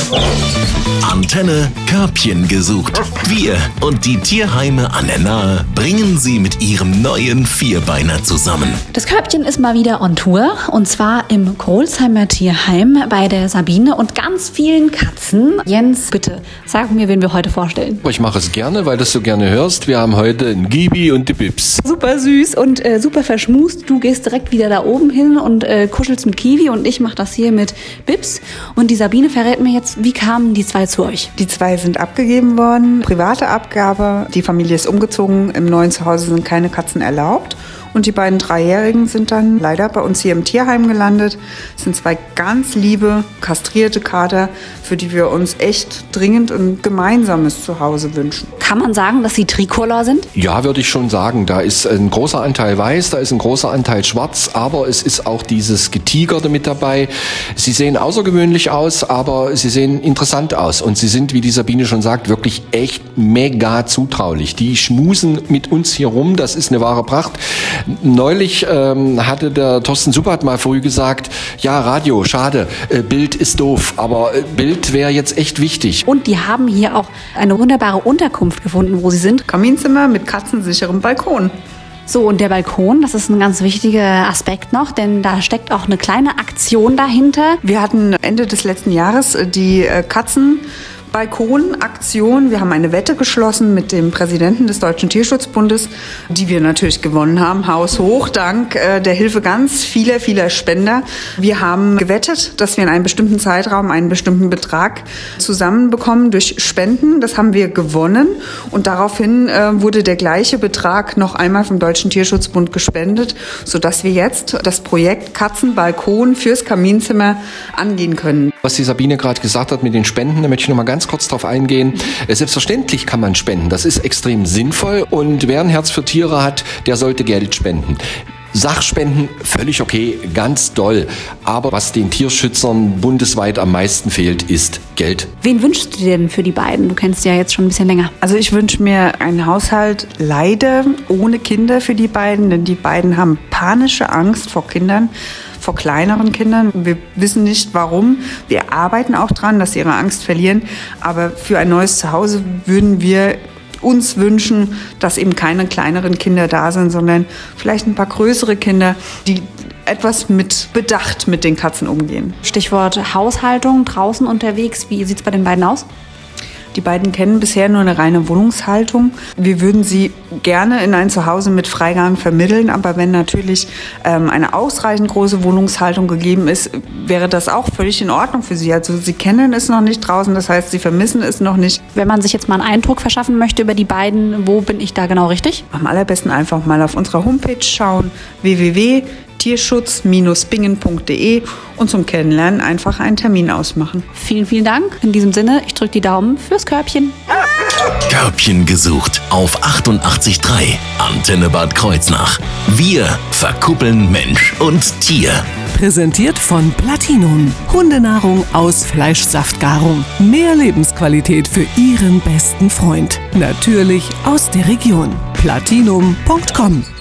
Antenne Körbchen gesucht. Wir und die Tierheime an der Nahe bringen sie mit ihrem neuen Vierbeiner zusammen. Das Körbchen ist mal wieder on Tour und zwar im Krolsheimer Tierheim bei der Sabine und ganz vielen Katzen. Jens, bitte sag mir, wen wir heute vorstellen. Ich mache es gerne, weil du es so gerne hörst. Wir haben heute einen Gibi und die Bips. Super süß und super verschmust. Du gehst direkt wieder da oben hin und kuschelst mit Kiwi und ich mache das hier mit Bips. Und die Sabine verrät mir jetzt, wie kamen die zwei zu euch? Die zwei sind abgegeben worden, private Abgabe. Die Familie ist umgezogen, im neuen Zuhause sind keine Katzen erlaubt. Und die beiden Dreijährigen sind dann leider bei uns hier im Tierheim gelandet. Das sind zwei ganz liebe, kastrierte Kater, für die wir uns echt dringend ein gemeinsames Zuhause wünschen. Kann man sagen, dass sie Tricolor sind? Ja, würde ich schon sagen. Da ist ein großer Anteil weiß, da ist ein großer Anteil schwarz, aber es ist auch dieses Getigerte mit dabei. Sie sehen außergewöhnlich aus, aber sie sehen interessant aus. Und sie sind, wie die Sabine schon sagt, wirklich echt mega zutraulich. Die schmusen mit uns hier rum, das ist eine wahre Pracht. Neulich hatte der Thorsten Suppert mal früh gesagt, ja, Radio, schade, Bild ist doof, aber Bild wäre jetzt echt wichtig. Und die haben hier auch eine wunderbare Unterkunft gefunden, wo sie sind. Kaminzimmer mit katzensicherem Balkon. So, und der Balkon, das ist ein ganz wichtiger Aspekt noch, denn da steckt auch eine kleine Aktion dahinter. Wir hatten Ende des letzten Jahres die Katzenbalkonaktion. Wir haben eine Wette geschlossen mit dem Präsidenten des Deutschen Tierschutzbundes, die wir natürlich gewonnen haben, haushoch, dank der Hilfe ganz vieler Spender. Wir haben gewettet, dass wir in einem bestimmten Zeitraum einen bestimmten Betrag zusammenbekommen durch Spenden. Das haben wir gewonnen und daraufhin wurde der gleiche Betrag noch einmal vom Deutschen Tierschutzbund gespendet, sodass wir jetzt das Projekt Katzenbalkon fürs Kaminzimmer angehen können. Was die Sabine gerade gesagt hat mit den Spenden, da möchte ich noch mal ganz kurz drauf eingehen. Selbstverständlich kann man spenden. Das ist extrem sinnvoll. Und wer ein Herz für Tiere hat, der sollte Geld spenden. Sachspenden, völlig okay, ganz doll. Aber was den Tierschützern bundesweit am meisten fehlt, ist Geld. Wen wünschst du dir denn für die beiden? Du kennst die ja jetzt schon ein bisschen länger. Also ich wünsche mir einen Haushalt leider ohne Kinder für die beiden, denn die beiden haben panische Angst vor Kindern. Vor kleineren Kindern. Wir wissen nicht, warum. Wir arbeiten auch dran, dass sie ihre Angst verlieren. Aber für ein neues Zuhause würden wir uns wünschen, dass eben keine kleineren Kinder da sind, sondern vielleicht ein paar größere Kinder, die etwas mit Bedacht mit den Katzen umgehen. Stichwort Haushaltung, draußen unterwegs. Wie sieht es bei den beiden aus? Die beiden kennen bisher nur eine reine Wohnungshaltung. Wir würden sie gerne in ein Zuhause mit Freigang vermitteln, aber wenn natürlich eine ausreichend große Wohnungshaltung gegeben ist, wäre das auch völlig in Ordnung für sie. Also sie kennen es noch nicht draußen, das heißt, sie vermissen es noch nicht. Wenn man sich jetzt mal einen Eindruck verschaffen möchte über die beiden, wo bin ich da genau richtig? Am allerbesten einfach mal auf unserer Homepage schauen, www.tierschutz-bingen.de und zum Kennenlernen einfach einen Termin ausmachen. Vielen, vielen Dank. In diesem Sinne, ich drücke die Daumen fürs Körbchen. Körbchen gesucht auf 88.3 Antenne Bad Kreuznach. Wir verkuppeln Mensch und Tier. Präsentiert von Platinum. Hundenahrung aus Fleischsaftgarung. Mehr Lebensqualität für Ihren besten Freund. Natürlich aus der Region. Platinum.com